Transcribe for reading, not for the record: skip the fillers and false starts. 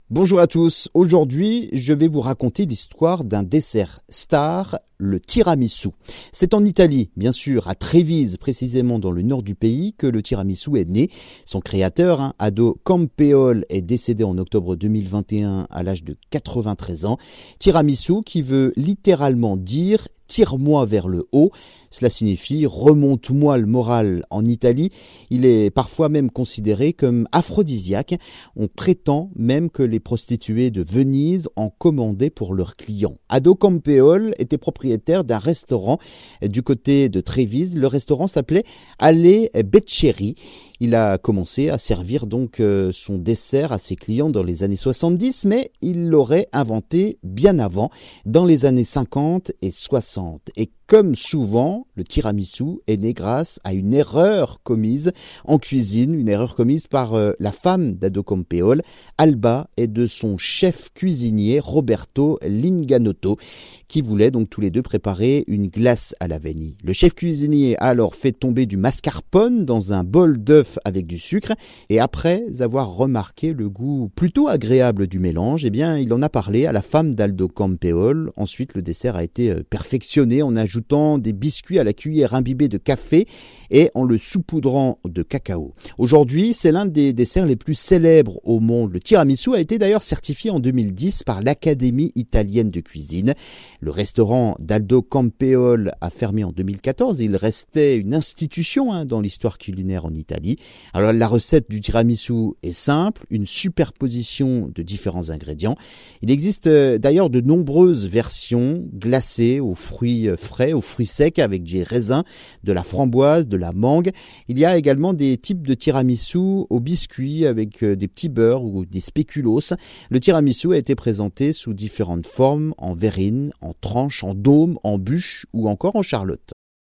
Bonjour à tous, aujourd'hui je vais vous raconter l'histoire d'un dessert star, le tiramisu. C'est en Italie, bien sûr, à Trévise, précisément dans le nord du pays, que le tiramisu est né. Son créateur, Ado Campeol, est décédé en octobre 2021 à l'âge de 93 ans. Tiramisu qui veut littéralement dire « tire-moi vers le haut ». Cela signifie « remonte-moi le moral » en Italie. Il est parfois même considéré comme aphrodisiaque. On prétend même que les prostituées de Venise en commandaient pour leurs clients. Ado Campeol était propriétaire d'un restaurant du côté de Trévise. Le restaurant s'appelait Ale Beccheri. Il a commencé à servir donc son dessert à ses clients dans les années 70, mais il l'aurait inventé bien avant, dans les années 50 et 60. Et comme souvent, le tiramisu est né grâce à une erreur commise en cuisine, une erreur commise par la femme d'Ado Campeol, Alba, et de son chef cuisinier Roberto Linganotto, qui voulaient donc tous les deux préparer une glace à la vanille. Le chef cuisinier a alors fait tomber du mascarpone dans un bol d'œuf avec du sucre, et après avoir remarqué le goût plutôt agréable du mélange, eh bien, il en a parlé à la femme d'Ado Campeol. Ensuite, le dessert a été perfectionné en ajoutant des biscuits à la cuillère imbibée de café et en le saupoudrant de cacao. Aujourd'hui, c'est l'un des desserts les plus célèbres au monde. Le tiramisu a été d'ailleurs certifié en 2010 par l'Académie italienne de cuisine. Le restaurant d'Aldo Campeol a fermé en 2014. Il restait une institution dans l'histoire culinaire en Italie. Alors la recette du tiramisu est simple, une superposition de différents ingrédients. Il existe d'ailleurs de nombreuses versions glacées aux fruits frais, aux fruits secs avec des raisins, de la framboise, de la mangue. Il y a également des types de tiramisu aux biscuits avec des petits beurres ou des spéculoos. Le tiramisu a été présenté sous différentes formes, en verrine, en tranches, en dôme, en bûche ou encore en charlotte.